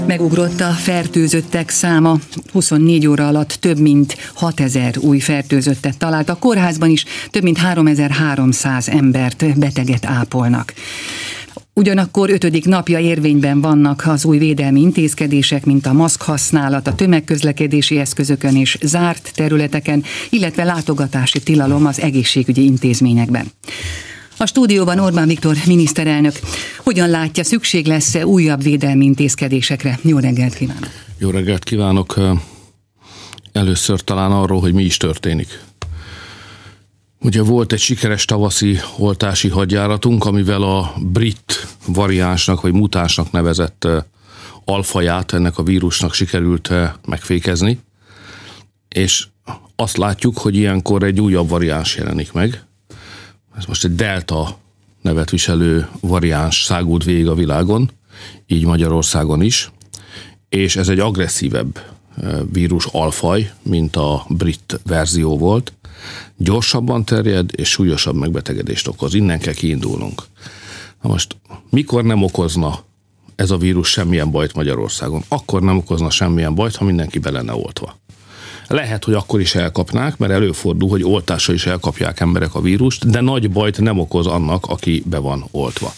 Megugrott a fertőzöttek száma. 24 óra alatt több mint 6000 új fertőzöttet talált. A kórházban is több mint 3300 embert, beteget ápolnak. Ugyanakkor 5. napja érvényben vannak az új védelmi intézkedések, mint a maszkhasználat a tömegközlekedési eszközökön és zárt területeken, illetve látogatási tilalom az egészségügyi intézményekben. A stúdióban Orbán Viktor miniszterelnök. Hogyan látja, szükség lesz-e újabb védelmi intézkedésekre? Jó reggelt kívánok! Jó reggelt kívánok! Először talán arról, hogy mi is történik. Ugye volt egy sikeres tavaszi oltási hadjáratunk, amivel a brit variánsnak vagy mutánsnak nevezett alfaját ennek a vírusnak sikerült megfékezni, és azt látjuk, hogy ilyenkor egy újabb variáns jelenik meg. Ez most egy delta nevet viselő variáns szágult végig a világon, így Magyarországon is, és ez egy agresszívebb vírus alfaj, mint a brit verzió volt. Gyorsabban terjed és súlyosabb megbetegedést okoz. Innen kell kiindulnunk. Na most, mikor nem okozna ez a vírus semmilyen bajt Magyarországon? Akkor nem okozna semmilyen bajt, ha mindenki be lenne oltva. Lehet, hogy akkor is elkapnák, mert előfordul, hogy oltással is elkapják emberek a vírust, de nagy bajt nem okoz annak, aki be van oltva.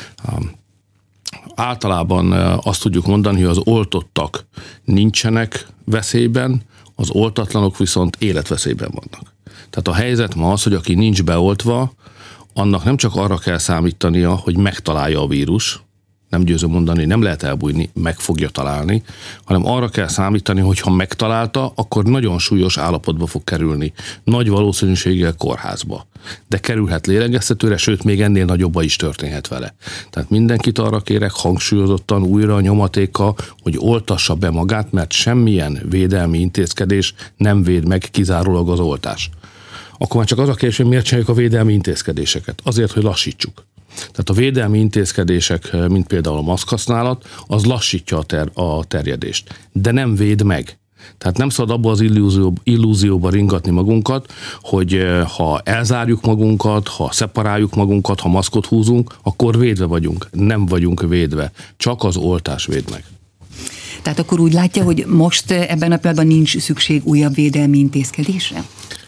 Általában azt tudjuk mondani, hogy az oltottak nincsenek veszélyben, az oltatlanok viszont életveszélyben vannak. Tehát a helyzet ma az, hogy aki nincs beoltva, annak nem csak arra kell számítania, hogy megtalálja a vírus, nem győzöm mondani, nem lehet elbújni, meg fogja találni, hanem arra kell számítani, hogy ha megtalálta, akkor nagyon súlyos állapotba fog kerülni. Nagy valószínűséggel kórházba. De kerülhet lélegeztetőre, sőt, még ennél nagyobba is történhet vele. Tehát mindenkit arra kérek hangsúlyozottan újra a nyomatékkal, hogy oltassa be magát, mert semmilyen védelmi intézkedés nem véd meg kizárólag az oltás. Akkor már csak az a kérdés, hogy miért csináljuk a védelmi intézkedéseket? Azért, hogy lassítsuk. Tehát a védelmi intézkedések, mint például a maszkhasználat, az lassítja a terjedést, de nem véd meg. Tehát nem szabad abba az illúzióba ringatni magunkat, hogy ha elzárjuk magunkat, ha szeparáljuk magunkat, ha maszkot húzunk, akkor védve vagyunk. Nem vagyunk védve, csak az oltás véd meg. Tehát akkor úgy látja, hogy most ebben a pillanatban nincs szükség újabb védelmi intézkedésre?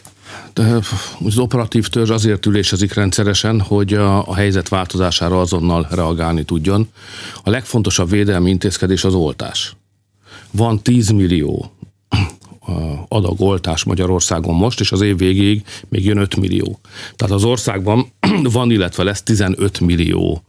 Az operatív törzs azért ülésezik rendszeresen, hogy a helyzet változására azonnal reagálni tudjon. A legfontosabb védelmi intézkedés az oltás. Van 10 millió adag oltás Magyarországon most, és az év végéig még jön 5 millió. Tehát az országban van, illetve lesz 15 millió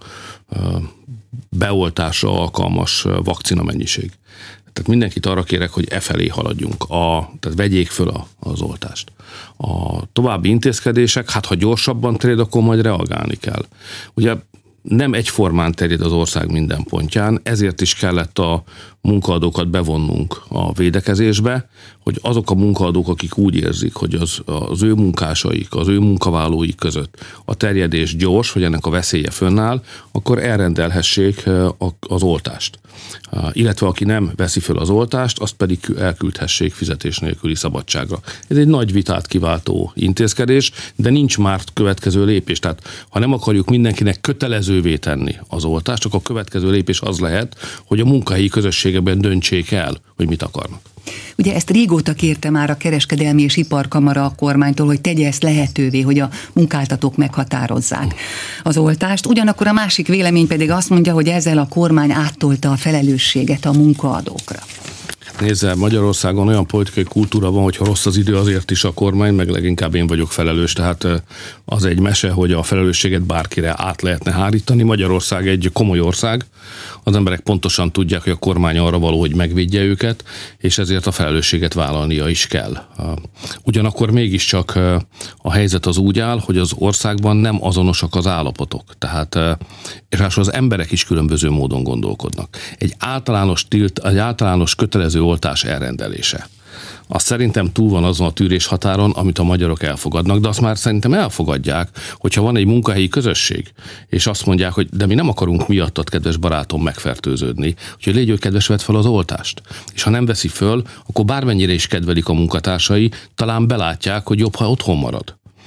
beoltásra alkalmas vakcina mennyiség. Tehát mindenkit arra kérek, hogy felé haladjunk, tehát vegyék föl az oltást. A további intézkedések, hát ha gyorsabban terjed, akkor majd reagálni kell. Ugye nem egyformán terjed az ország minden pontján, ezért is kellett a munkaadókat bevonnunk a védekezésbe, hogy azok a munkaadók, akik úgy érzik, hogy az ő munkásaik, az ő munkavállalóik között a terjedés gyors, hogy ennek a veszélye fönnáll, akkor elrendelhessék az oltást. Illetve aki nem veszi föl az oltást, azt pedig elküldhessék fizetés nélküli szabadságra. Ez egy nagy vitát kiváltó intézkedés, de nincs már következő lépés. Tehát ha nem akarjuk mindenkinek kötelezővé tenni az oltást, akkor a következő lépés az lehet, hogy a munkahelyi közösségekben döntsék el, hogy mit akarnak. Ugye ezt régóta kérte már a Kereskedelmi és Iparkamara a kormánytól, hogy tegye ezt lehetővé, hogy a munkáltatók meghatározzák az oltást. Ugyanakkor a másik vélemény pedig azt mondja, hogy ezzel a kormány áttolta a felelősséget a munkaadókra. Nézzel, Magyarországon olyan politikai kultúra van, hogy ha rossz az idő, azért is a kormány, meg leginkább én vagyok felelős, tehát az egy mese, hogy a felelősséget bárkire át lehetne hárítani. Magyarország egy komoly ország, az emberek pontosan tudják, hogy a kormány arra való, hogy megvédje őket, és ezért a felelősséget vállalnia is kell. Ugyanakkor mégiscsak a helyzet az úgy áll, hogy az országban nem azonosak az állapotok, tehát és az emberek is különböző módon gondolkodnak. Egy általános kötelező oltás elrendelése. Az szerintem túl van azon a tűrés határon, amit a magyarok elfogadnak, de azt már szerintem elfogadják, hogyha van egy munkahelyi közösség, és azt mondják, hogy de mi nem akarunk miattad, kedves barátom, megfertőződni, úgyhogy légy kedves, vedd fel az oltást. És ha nem veszi föl, akkor bármennyire is kedvelik a munkatársai, talán belátják, hogy jobb, ha otthon marad.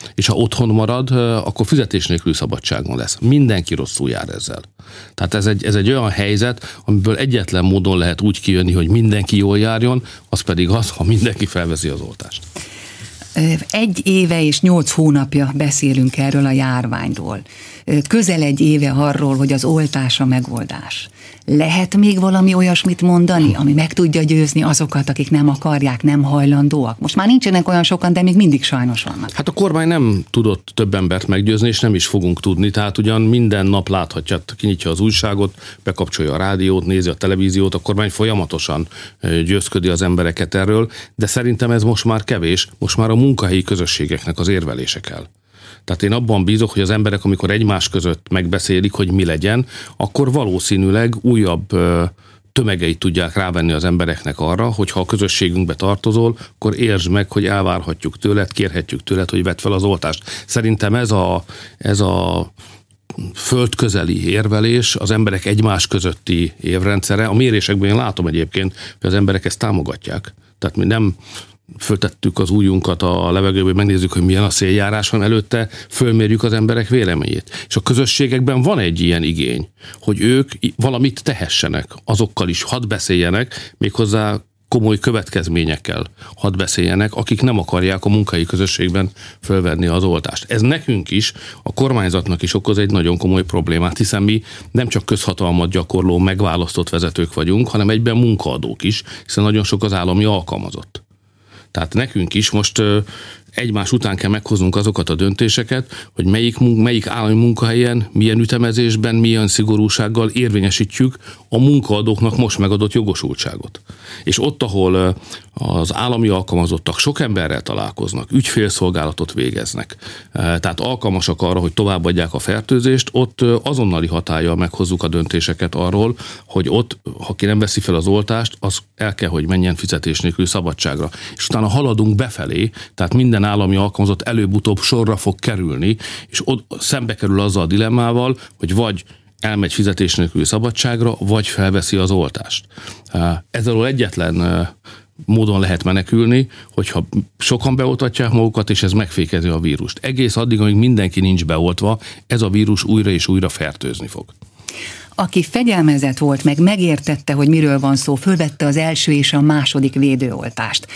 és ha otthon marad, akkor fizetés nélküli szabadságon lesz. Mindenki rosszul jár ezzel. Tehát ez egy olyan helyzet, amiből egyetlen módon lehet úgy kijönni, hogy mindenki jól járjon, az pedig az, ha mindenki felveszi az oltást. 1 éve és 8 hónapja beszélünk erről a járványról. Közel 1 éve arról, hogy az oltás a megoldás. Lehet még valami olyasmit mondani, ami meg tudja győzni azokat, akik nem akarják, nem hajlandóak? Most már nincsenek olyan sokan, de még mindig sajnos vannak. Hát a kormány nem tudott több embert meggyőzni, és nem is fogunk tudni. Tehát ugyan minden nap láthatja, kinyitja az újságot, bekapcsolja a rádiót, nézi a televíziót, a kormány folyamatosan győzködi az embereket erről, de szerintem ez most már kevés, most már a munkahelyi közösségeknek az érvelése kell. Tehát én abban bízok, hogy az emberek, amikor egymás között megbeszélik, hogy mi legyen, akkor valószínűleg újabb tömegeit tudják rávenni az embereknek arra, hogy ha a közösségünkbe tartozol, akkor értsd meg, hogy elvárhatjuk tőled, kérhetjük tőled, hogy vedd fel az oltást. Szerintem ez a földközeli érvelés, az emberek egymás közötti érvrendszere. A mérésekben én látom egyébként, hogy az emberek ezt támogatják. Tehát mi nem föltettük az ujjunkat a levegőbe, megnézzük, hogy milyen a széljárás, hanem előtte fölmérjük az emberek véleményét. És a közösségekben van egy ilyen igény, hogy ők valamit tehessenek, azokkal is hadd beszéljenek, méghozzá komoly következményekkel hadd beszéljenek, akik nem akarják a munkai közösségben fölvenni az oltást. Ez nekünk is, a kormányzatnak is okoz egy nagyon komoly problémát, hiszen mi nem csak közhatalmat gyakorló, megválasztott vezetők vagyunk, hanem egyben munkaadók is, hiszen nagyon sok az állami alkalmazott. Tehát nekünk is most egymás után kell meghoznunk azokat a döntéseket, hogy melyik állami munkahelyen, milyen ütemezésben, milyen szigorúsággal érvényesítjük a munkaadóknak most megadott jogosultságot. És ott, ahol az állami alkalmazottak sok emberrel találkoznak, ügyfélszolgálatot végeznek, tehát alkalmasak arra, hogy továbbadják a fertőzést, ott azonnali hatállyal meghozzuk a döntéseket arról, hogy ott, ha ki nem veszi fel az oltást, az el kell, hogy menjen fizetés nélkül szabadságra. És utána haladunk befelé, tehát minden állami alkalmazott előbb-utóbb sorra fog kerülni, és ott szembe kerül azzal a dilemmával, hogy vagy elmegy fizetés nélkül szabadságra, vagy felveszi az oltást. Ezzel egyetlen módon lehet menekülni, hogyha sokan beoltatják magukat, és ez megfékezi a vírust. Egész addig, amíg mindenki nincs beoltva, ez a vírus újra és újra fertőzni fog. Aki fegyelmezett volt, meg megértette, hogy miről van szó, fölvette az első és a második védőoltást.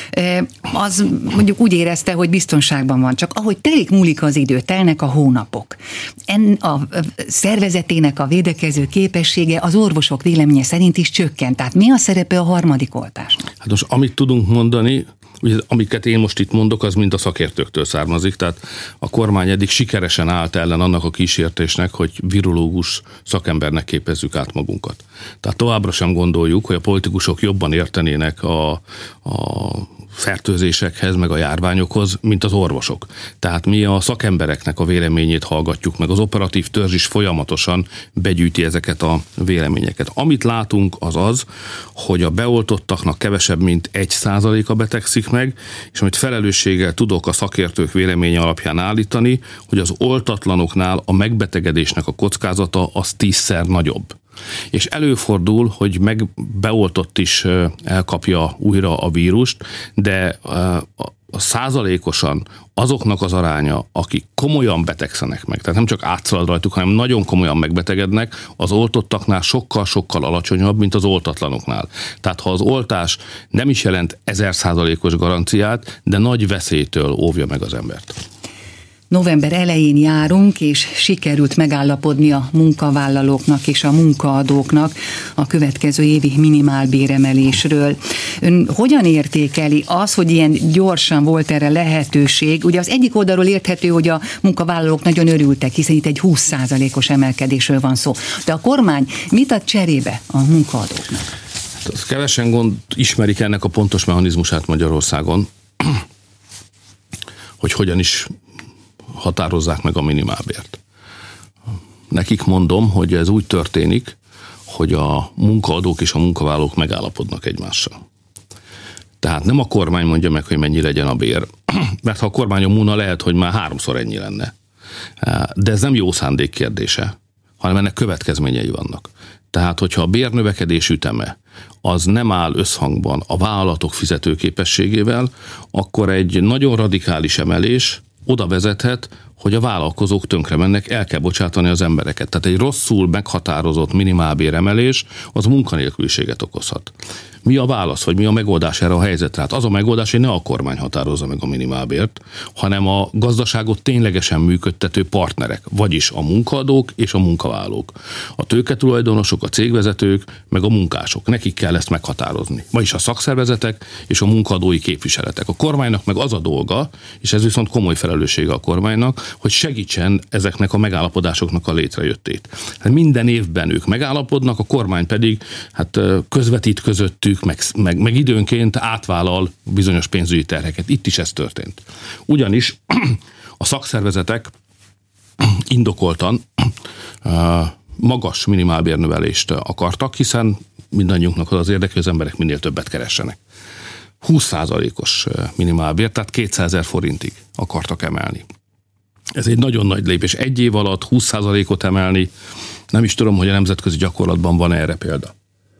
Az mondjuk úgy érezte, hogy biztonságban van, csak ahogy múlik az idő, telnek a hónapok. A szervezetének a védekező képessége az orvosok véleménye szerint is csökkent. Tehát mi a szerepe a harmadik oltásnak? Hát most amit tudunk mondani, ugye, amiket én most itt mondok, az mind a szakértőktől származik, tehát a kormány eddig sikeresen állt ellen annak a kísértésnek, hogy virológus szakembernek képezzük át magunkat. Tehát továbbra sem gondoljuk, hogy a politikusok jobban értenének a fertőzésekhez, meg a járványokhoz, mint az orvosok. Tehát mi a szakembereknek a véleményét hallgatjuk meg, az operatív törzs is folyamatosan begyűjti ezeket a véleményeket. Amit látunk az az, hogy a beoltottaknak kevesebb, mint 1%-a betegszik meg, és amit felelősséggel tudok a szakértők véleménye alapján állítani, hogy az oltatlanoknál a megbetegedésnek a kockázata az 10-szer nagyobb. És előfordul, hogy beoltott is elkapja újra a vírust, de százalékosan azoknak az aránya, akik komolyan betegszenek meg, tehát nem csak átszalad rajtuk, hanem nagyon komolyan megbetegednek, az oltottaknál sokkal-sokkal alacsonyabb, mint az oltatlanoknál. Tehát ha az oltás nem is jelent 1000%-os garanciát, de nagy veszélytől óvja meg az embert. November elején járunk, és sikerült megállapodni a munkavállalóknak és a munkaadóknak a következő évi minimálbéremelésről. Ön hogyan értékeli az, hogy ilyen gyorsan volt erre lehetőség? Ugye az egyik oldalról érthető, hogy a munkavállalók nagyon örültek, hiszen itt egy 20%-os emelkedésről van szó. De a kormány mit ad cserébe a munkaadóknak? Kevesen ismerik ennek a pontos mechanizmusát Magyarországon, hogy hogyan is határozzák meg a minimálbért. Nekik mondom, hogy ez úgy történik, hogy a munkaadók és a munkavállalók megállapodnak egymással. Tehát nem a kormány mondja meg, hogy mennyi legyen a bér, mert ha a kormányon múlna, lehet, hogy már 3-szor ennyi lenne. De ez nem jó szándék kérdése, hanem ennek következményei vannak. Tehát, hogyha a bérnövekedés üteme az nem áll összhangban a vállalatok fizetőképességével, akkor egy nagyon radikális emelés oda vezethet, hogy a vállalkozók tönkre mennek, el kell bocsátani az embereket. Tehát egy rosszul meghatározott minimálbéremelés az munkanélküliséget okozhat. Mi a válasz, vagy mi a megoldás erre a helyzetre? Hát az a megoldás, hogy ne a kormány határozza meg a minimálbért, hanem a gazdaságot ténylegesen működtető partnerek, vagyis a munkaadók és a munkavállalók. A tőketulajdonosok, a cégvezetők, meg a munkások. Nekik kell ezt meghatározni. Vagyis a szakszervezetek és a munkadói képviseletek. A kormánynak meg az a dolga, és ez viszont komoly felelőssége a kormánynak, hogy segítsen ezeknek a megállapodásoknak a létrejöttét. Hát minden évben ők megállapodnak, a kormány pedig közvetít közöttük, meg időnként átvállal bizonyos pénzügyi terheket. Itt is ez történt. Ugyanis a szakszervezetek indokoltan magas minimálbérnövelést akartak, hiszen mindannyiunknak az érdeke, hogy az emberek minél többet keressenek. 20%-os minimálbér, tehát 200 000 forintig akartak emelni. Ez egy nagyon nagy lépés. Egy év alatt 20%-ot emelni, nem is tudom, hogy a nemzetközi gyakorlatban van erre példa.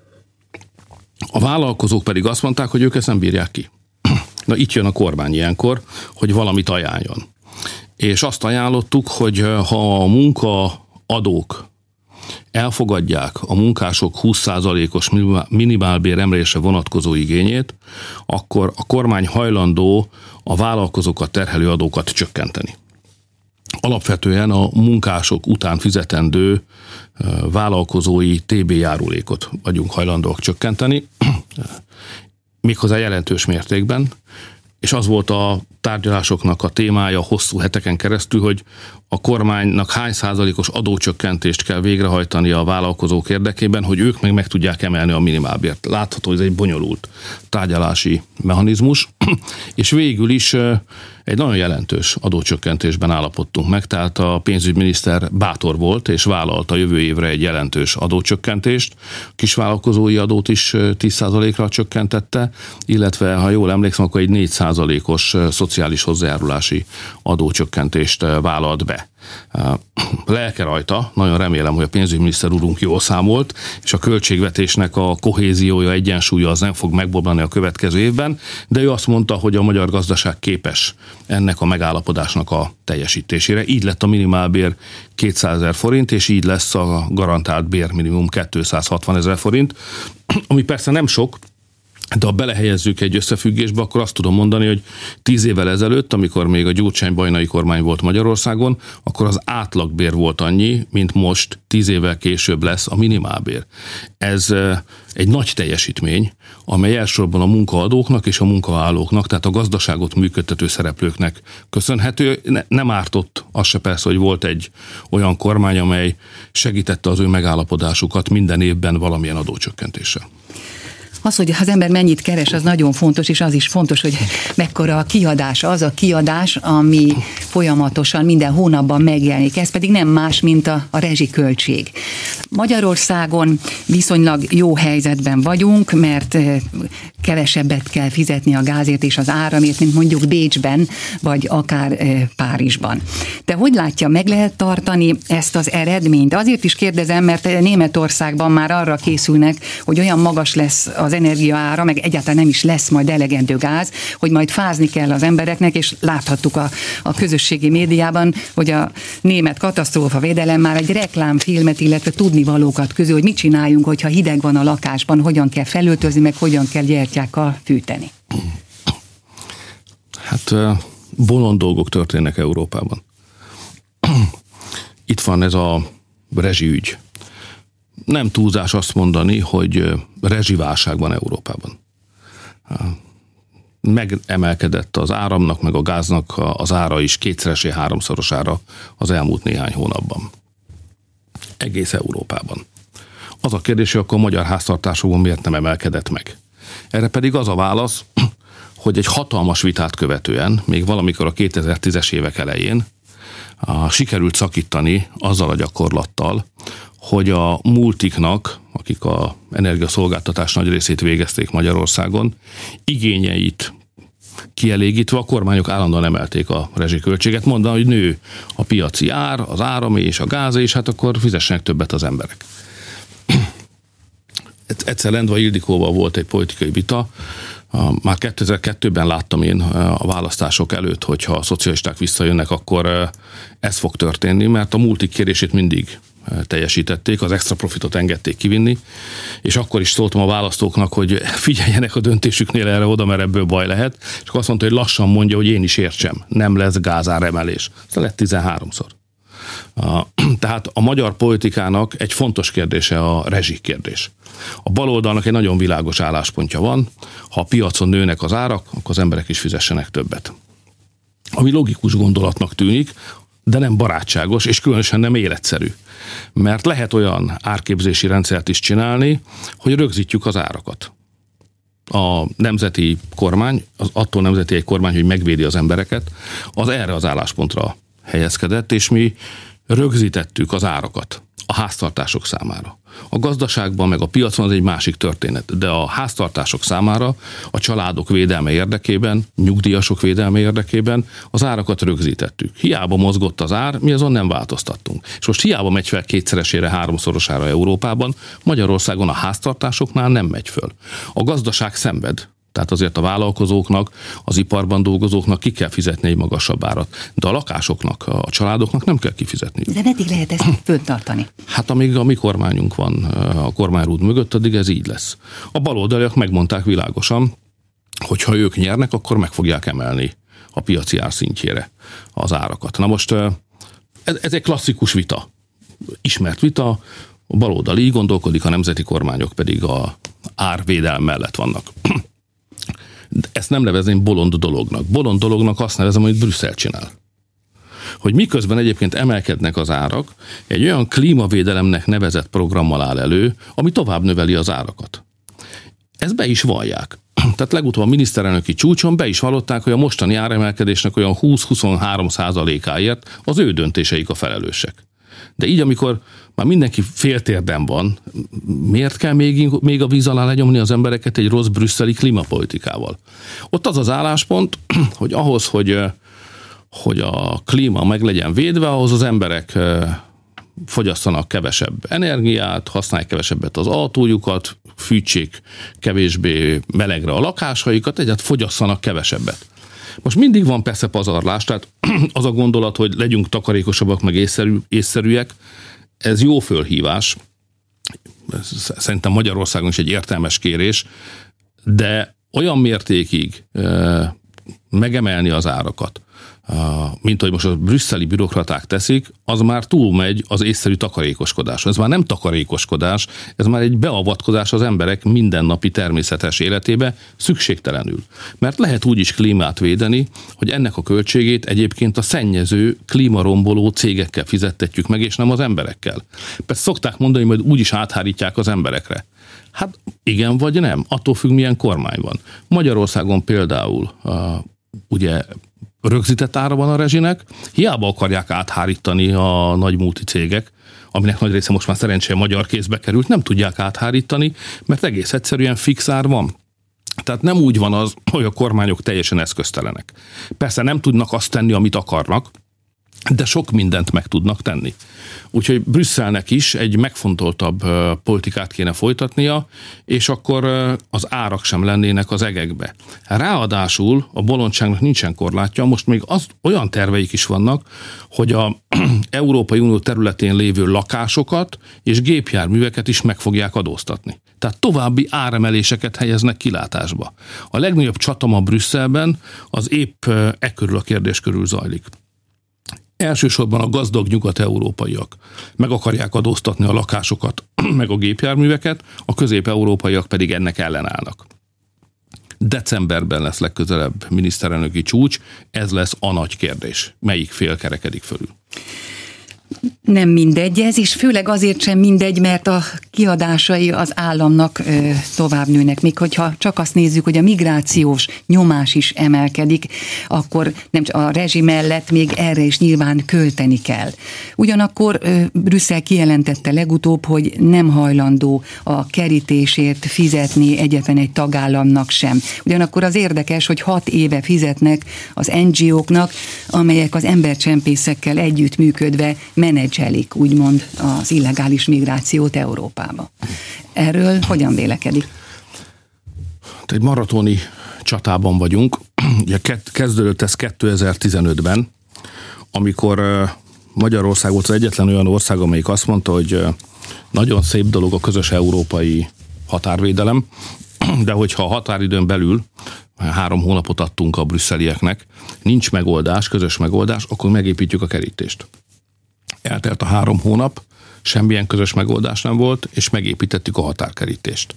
A vállalkozók pedig azt mondták, hogy ők ezt nem bírják ki. Na itt jön a kormány ilyenkor, hogy valamit ajánljon. És azt ajánlottuk, hogy ha a munkaadók elfogadják a munkások 20%-os minimálbér emelésre vonatkozó igényét, akkor a kormány hajlandó a vállalkozókat terhelő adókat csökkenteni. Alapvetően a munkások után fizetendő vállalkozói TB járulékot vagyunk hajlandóak csökkenteni, méghozzá jelentős mértékben, és az volt a tárgyalásoknak a témája hosszú heteken keresztül, hogy a kormánynak hány százalékos adócsökkentést kell végrehajtani a vállalkozók érdekében, hogy ők meg tudják emelni a minimálbért. Látható, hogy ez egy bonyolult tárgyalási mechanizmus, és végül is egy nagyon jelentős adócsökkentésben állapodtunk meg, tehát a pénzügyminiszter bátor volt, és vállalta jövő évre egy jelentős adócsökkentést. A kisvállalkozói adót is 10%-ra csökkentette, illetve, ha jól emlékszem, akkor egy 4%-os szociális hozzájárulási adócsökkentést vállalt be. Lelke rajta, nagyon remélem, hogy a pénzügyminiszter úrunk jól számolt, és a költségvetésnek a kohéziója, egyensúlya az nem fog megboblani a következő évben, de ő azt mondta, hogy a magyar gazdaság képes ennek a megállapodásnak a teljesítésére. Így lett a minimálbér 200 000 forint, és így lesz a garantált bérminimum 260 000 forint, ami persze nem sok, de ha belehelyezzük egy összefüggésbe, akkor azt tudom mondani, hogy 10 évvel ezelőtt, amikor még a Gyurcsány-Bajnai kormány volt Magyarországon, akkor az átlagbér volt annyi, mint most 10 évvel később lesz a minimálbér. Ez egy nagy teljesítmény, amely elsősorban a munkaadóknak és a munkavállalóknak, tehát a gazdaságot működtető szereplőknek köszönhető. Nem ártott az se persze, hogy volt egy olyan kormány, amely segítette az ő megállapodásukat minden évben valamilyen adócsökkentéssel. Az, hogy az ember mennyit keres, az nagyon fontos, és az is fontos, hogy mekkora a kiadás, az a kiadás, ami folyamatosan minden hónapban megjelenik. Ez pedig nem más, mint a rezsiköltség. Magyarországon viszonylag jó helyzetben vagyunk, mert kevesebbet kell fizetni a gázért és az áramért, mint mondjuk Bécsben, vagy akár Párizsban. De hogy látja, meg lehet tartani ezt az eredményt? Azért is kérdezem, mert Németországban már arra készülnek, hogy olyan magas lesz az energiaára, meg egyáltalán nem is lesz majd elegendő gáz, hogy majd fázni kell az embereknek, és láthattuk a közösségi médiában, hogy a német katasztrófavédelem már egy reklámfilmet, illetve tudnivalókat közül, hogy mit csináljunk, hogyha hideg van a lakásban, hogyan kell felöltözni, meg hogyan kell gyertyákkal fűteni. Hát bolond dolgok történnek Európában. Itt van ez a rezsiügy. Nem túlzás azt mondani, hogy rezsiválság van Európában. Megemelkedett az áramnak, meg a gáznak az ára is kétszeresé, háromszorosára az elmúlt néhány hónapban. Egész Európában. Az a kérdés, hogy akkor a magyar háztartásokban miért nem emelkedett meg. Erre pedig az a válasz, hogy egy hatalmas vitát követően, még valamikor a 2010-es évek elején sikerült szakítani azzal a gyakorlattal, hogy a multiknak, akik az energiaszolgáltatás nagy részét végezték Magyarországon, igényeit kielégítve a kormányok állandóan emelték a rezsiköltséget, mondva, hogy nő a piaci ár, az áram és a gáz, és hát akkor fizessenek többet az emberek. Egyszer Lendvai Ildikóval volt egy politikai vita, Már 2002-ben láttam én a választások előtt, hogyha a szocialisták visszajönnek, akkor ez fog történni, mert a multik kérését mindig teljesítették, az extra profitot engedték kivinni, és akkor is szóltam a választóknak, hogy figyeljenek a döntésüknél erre-oda, mert ebből baj lehet, és akkor azt mondta, hogy lassan mondja, hogy én is értsem, nem lesz gázáremelés. Aztán lett 13-szor. Tehát a magyar politikának egy fontos kérdése a rezsikérdés. A baloldalnak egy nagyon világos álláspontja van, ha a piacon nőnek az árak, akkor az emberek is fizessenek többet. Ami logikus gondolatnak tűnik, de nem barátságos, és különösen nem életszerű. Mert lehet olyan árképzési rendszert is csinálni, hogy rögzítjük az árakat. A nemzeti kormány, attól nemzeti egy kormány, hogy megvédi az embereket, az erre az álláspontra helyezkedett, és mi rögzítettük az árakat a háztartások számára. A gazdaságban meg a piacon az egy másik történet, de a háztartások számára, a családok védelme érdekében, nyugdíjasok védelme érdekében az árakat rögzítettük. Hiába mozgott az ár, mi azon nem változtattunk. És most hiába megy fel 2-szeresére, 3-szorosára Európában, Magyarországon a háztartásoknál nem megy föl. A gazdaság szenved. Tehát azért a vállalkozóknak, az iparban dolgozóknak ki kell fizetni egy magasabb árat. De a lakásoknak, a családoknak nem kell kifizetni. De meddig lehet ezt föntartani? Hát amíg a mi kormányunk van a kormányrúd mögött, addig ez így lesz. A baloldaliak megmondták világosan, hogy ha ők nyernek, akkor meg fogják emelni a piaci ár szintjére az árakat. Na most ez egy klasszikus vita. Ismert vita, a baloldal így gondolkodik, a nemzeti kormányok pedig a árvédelem mellett vannak. Ezt nem nevezném bolond dolognak. Bolond dolognak azt nevezem, hogy Brüsszel csinál. Hogy miközben egyébként emelkednek az árak, egy olyan klímavédelemnek nevezett programmal áll elő, ami tovább növeli az árakat. Ezt be is vallják. Tehát legutóbb a miniszterelnöki csúcson be is vallották, hogy a mostani áremelkedésnek olyan 20-23%-áért az ő döntéseik a felelősek. De így, amikor már mindenki féltérden van, miért kell még a víz alá lenyomni az embereket egy rossz brüsszeli klímapolitikával? Ott az az álláspont, hogy ahhoz, hogy a klíma meg legyen védve, ahhoz az emberek fogyasszanak kevesebb energiát, használják kevesebbet az autójukat, fűtsék kevésbé melegre a lakásaikat, egyáltalán fogyasszanak kevesebbet. Most mindig van persze pazarlás, tehát az a gondolat, hogy legyünk takarékosabbak, meg észszerűek, ez jó fölhívás. Szerintem Magyarországon is egy értelmes kérés, de olyan mértékig megemelni az árakat, mint hogy most a brüsszeli bürokraták teszik, az már túlmegy az észszerű takarékoskodás. Ez már nem takarékoskodás, ez már egy beavatkozás az emberek mindennapi természetes életébe szükségtelenül. Mert lehet úgy is klímát védeni, hogy ennek a költségét egyébként a szennyező, klímaromboló cégekkel fizettetjük meg, és nem az emberekkel. Persze szokták mondani, hogy úgyis áthárítják az emberekre. Hát igen vagy nem, attól függ, milyen kormány van. Magyarországon például ugye rögzített ára van a rezsinek, hiába akarják áthárítani a nagy multicégek, aminek nagy része most már szerencsére magyar kézbe került, nem tudják áthárítani, mert egész egyszerűen fix ár van. Tehát nem úgy van az, hogy a kormányok teljesen eszköztelenek. Persze nem tudnak azt tenni, amit akarnak, de sok mindent meg tudnak tenni. Úgyhogy Brüsszelnek is egy megfontoltabb politikát kéne folytatnia, és akkor az árak sem lennének az egekbe. Ráadásul a bolondságnak nincsen korlátja, most még olyan terveik is vannak, hogy a Európai Unió területén lévő lakásokat és gépjárműveket is meg fogják adóztatni. Tehát további áremeléseket helyeznek kilátásba. A legnagyobb csatama Brüsszelben az épp körül a kérdés körül zajlik. Elsősorban a gazdag nyugat-európaiak meg akarják adóztatni a lakásokat, meg a gépjárműveket, a közép-európaiak pedig ennek ellenállnak. Decemberben lesz legközelebb miniszterelnöki csúcs, ez lesz a nagy kérdés. Melyik fél kerekedik fölül? Nem mindegy ez, és főleg azért sem mindegy, mert a kiadásai az államnak tovább nőnek. Még hogyha csak azt nézzük, hogy a migrációs nyomás is emelkedik, akkor nem csak a rezsi mellett még erre is nyilván költeni kell. Ugyanakkor Brüsszel kijelentette legutóbb, hogy nem hajlandó a kerítésért fizetni egyetlen egy tagállamnak sem. Ugyanakkor az érdekes, hogy 6 éve fizetnek az NGO-knak, amelyek az embercsempészekkel együttműködve menedzselik, úgymond, az illegális migrációt Európába. Erről hogyan vélekedik? Egy maratoni csatában vagyunk. Ugye kezdődött ez 2015-ben, amikor Magyarország volt az egyetlen olyan ország, amelyik azt mondta, hogy nagyon szép dolog a közös európai határvédelem, de hogyha a határidőn belül 3 hónapot adtunk a brüsszelieknek, nincs megoldás, közös megoldás, akkor megépítjük a kerítést. Eltelt a 3 hónap, semmilyen közös megoldás nem volt, és megépítettük a határkerítést.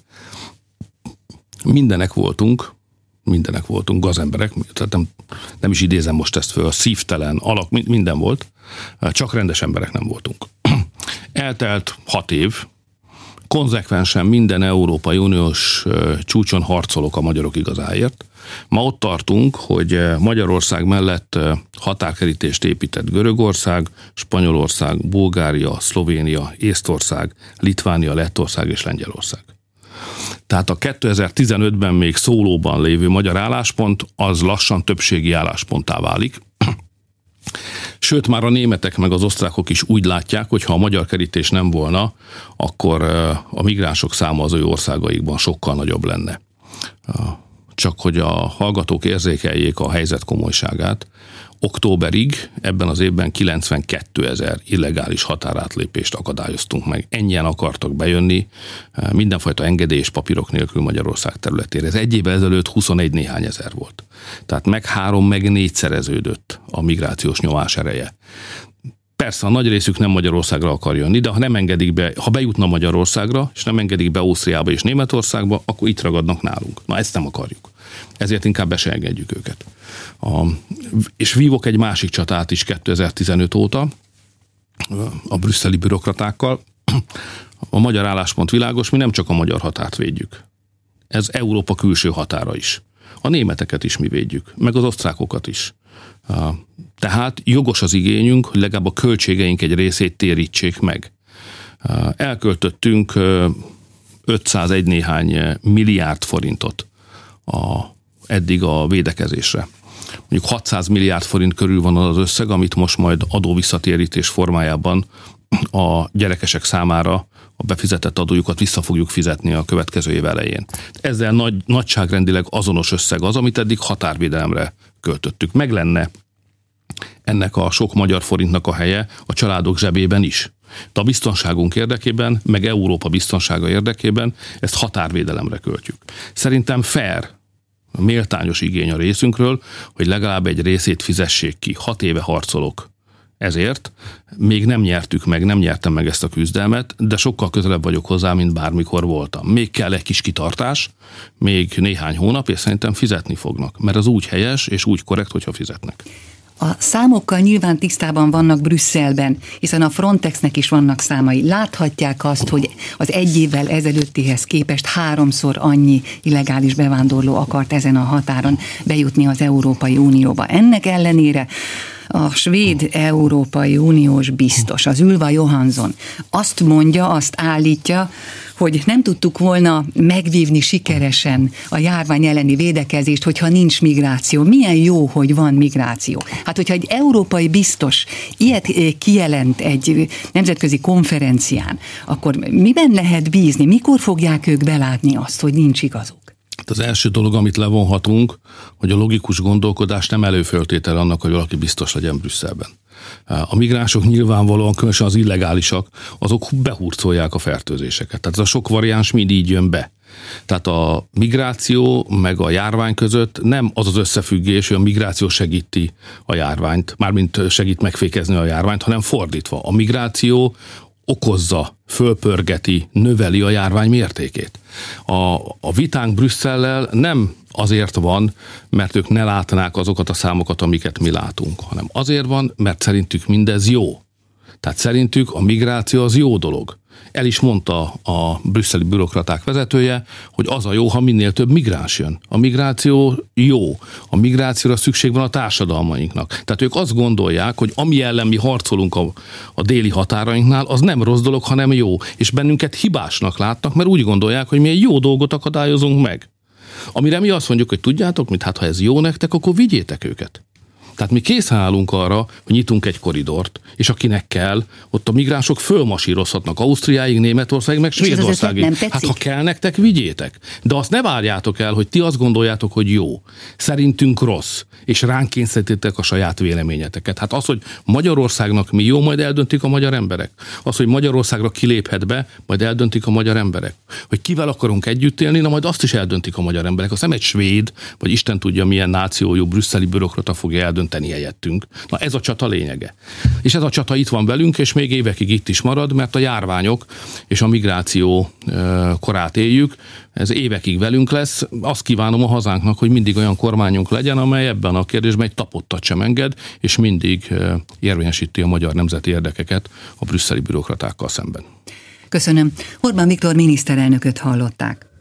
Mindenek voltunk gazemberek, tehát nem is idézem most ezt föl, szívtelen, alak, minden volt, csak rendes emberek nem voltunk. Eltelt 6 év, konzekvensen minden Európai Uniós csúcson harcolok a magyarok igazáért. Ma ott tartunk, hogy Magyarország mellett határkerítést épített Görögország, Spanyolország, Bulgária, Szlovénia, Észtország, Litvánia, Lettország és Lengyelország. Tehát a 2015-ben még szólóban lévő magyar álláspont az lassan többségi állásponttá válik. Sőt, már a németek meg az osztrákok is úgy látják, hogy ha a magyar kerítés nem volna, akkor a migránsok száma az ő országaikban sokkal nagyobb lenne. Csak hogy a hallgatók érzékeljék a helyzet komolyságát, októberig ebben az évben 92 000 illegális határátlépést akadályoztunk meg. Ennyien akartak bejönni mindenfajta engedély és papírok nélkül Magyarország területére. Ez egy évvel ezelőtt 21 néhány ezer volt. Tehát meg 3, meg 4-szereződött a migrációs nyomás ereje. Persze a nagy részük nem Magyarországra akar jönni, de ha nem engedik be, ha bejutna Magyarországra, és nem engedik be Ausztriába és Németországba, akkor itt ragadnak nálunk. Na, ezt nem akarjuk. Ezért inkább be se engedjük őket. És vívok egy másik csatát is 2015 óta a brüsszeli bürokratákkal. A magyar álláspont világos, mi nem csak a magyar határt védjük. Ez Európa külső határa is. A németeket is mi védjük, meg az osztrákokat is. Tehát jogos az igényünk, hogy legalább a költségeink egy részét térítsék meg. Elköltöttünk 501 néhány milliárd forintot eddig a védekezésre. Mondjuk 600 milliárd forint körül van az összeg, amit most majd adóvisszatérítés formájában a gyerekesek számára a befizetett adójukat vissza fogjuk fizetni a következő év elején. Ezzel nagyságrendileg azonos összeg az, amit eddig határvédelemre költöttük. Meg lenne ennek a sok magyar forintnak a helye a családok zsebében is. De a biztonságunk érdekében, meg Európa biztonsága érdekében ezt határvédelemre költjük. Szerintem fair, méltányos igény a részünkről, hogy legalább egy részét fizessék ki. 6 éve harcolok ezért. Még nem nyertem meg ezt a küzdelmet, de sokkal közelebb vagyok hozzá, mint bármikor voltam. Még kell egy kis kitartás, még néhány hónap, és szerintem fizetni fognak, mert az úgy helyes és úgy korrekt, hogyha fizetnek. A számokkal nyilván tisztában vannak Brüsszelben, hiszen a Frontexnek is vannak számai. Láthatják azt, hogy az egy évvel ezelőttihez képest 3-szor annyi illegális bevándorló akart ezen a határon bejutni az Európai Unióba. Ennek ellenére a svéd Európai Uniós biztos, az Ylva Johansson azt mondja, azt állítja, hogy nem tudtuk volna megvívni sikeresen a járvány elleni védekezést, hogyha nincs migráció. Milyen jó, hogy van migráció. Hát, hogyha egy európai biztos ilyet kijelent egy nemzetközi konferencián, akkor miben lehet bízni? Mikor fogják ők belátni azt, hogy nincs igazuk? Az első dolog, amit levonhatunk, hogy a logikus gondolkodás nem előfeltétel annak, hogy valaki biztos legyen Brüsszelben. A migránsok nyilvánvalóan, különösen az illegálisak, azok behurcolják a fertőzéseket. Tehát ez a sok variáns mind így jön be. Tehát a migráció meg a járvány között nem az az összefüggés, hogy a migráció segíti a járványt, mármint segít megfékezni a járványt, hanem fordítva. A migráció okozza, fölpörgeti, növeli a járvány mértékét. A vitánk Brüsszellel nem azért van, mert ők ne látnák azokat a számokat, amiket mi látunk, hanem azért van, mert szerintük mindez jó. Tehát szerintük a migráció az jó dolog. El is mondta a brüsszeli bürokraták vezetője, hogy az a jó, ha minél több migráns jön. A migráció jó. A migrációra szükség van a társadalmainknak. Tehát ők azt gondolják, hogy ami ellen mi harcolunk a déli határainknál, az nem rossz dolog, hanem jó. És bennünket hibásnak látnak, mert úgy gondolják, hogy mi egy jó dolgot akadályozunk meg. Amire mi azt mondjuk, hogy tudjátok mit, hát ha ez jó nektek, akkor vigyétek őket. Tehát mi készen állunk arra, hogy nyitunk egy koridort, és akinek kell, ott a migránsok fölmasírozhatnak Ausztriáig, Németországig, meg Svédországig. Hát ha kell nektek, vigyétek. De azt ne várjátok el, hogy ti azt gondoljátok, hogy jó. Szerintünk rossz, és ránk kényszerítitek a saját véleményeteket. Hát az, hogy Magyarországnak mi jó, majd eldöntik a magyar emberek. Az, hogy Magyarországra kiléphet be, majd eldöntik a magyar emberek. Hogy kivel akarunk együtt élni, na majd azt is eldöntik a magyar emberek. Azt nem egy svéd, vagy Isten tudja milyen nációjú brüsszeli bürokrata fogja eldönteni helyettünk. Na ez a csata lényege. És ez a csata itt van velünk, és még évekig itt is marad, mert a járványok és a migráció korát éljük. Ez évekig velünk lesz. Azt kívánom a hazánknak, hogy mindig olyan kormányunk legyen, amely ebben a kérdésben egy tapottat sem enged, és mindig érvényesíti a magyar nemzeti érdekeket a brüsszeli bürokratákkal szemben. Köszönöm. Orbán Viktor miniszterelnököt hallották.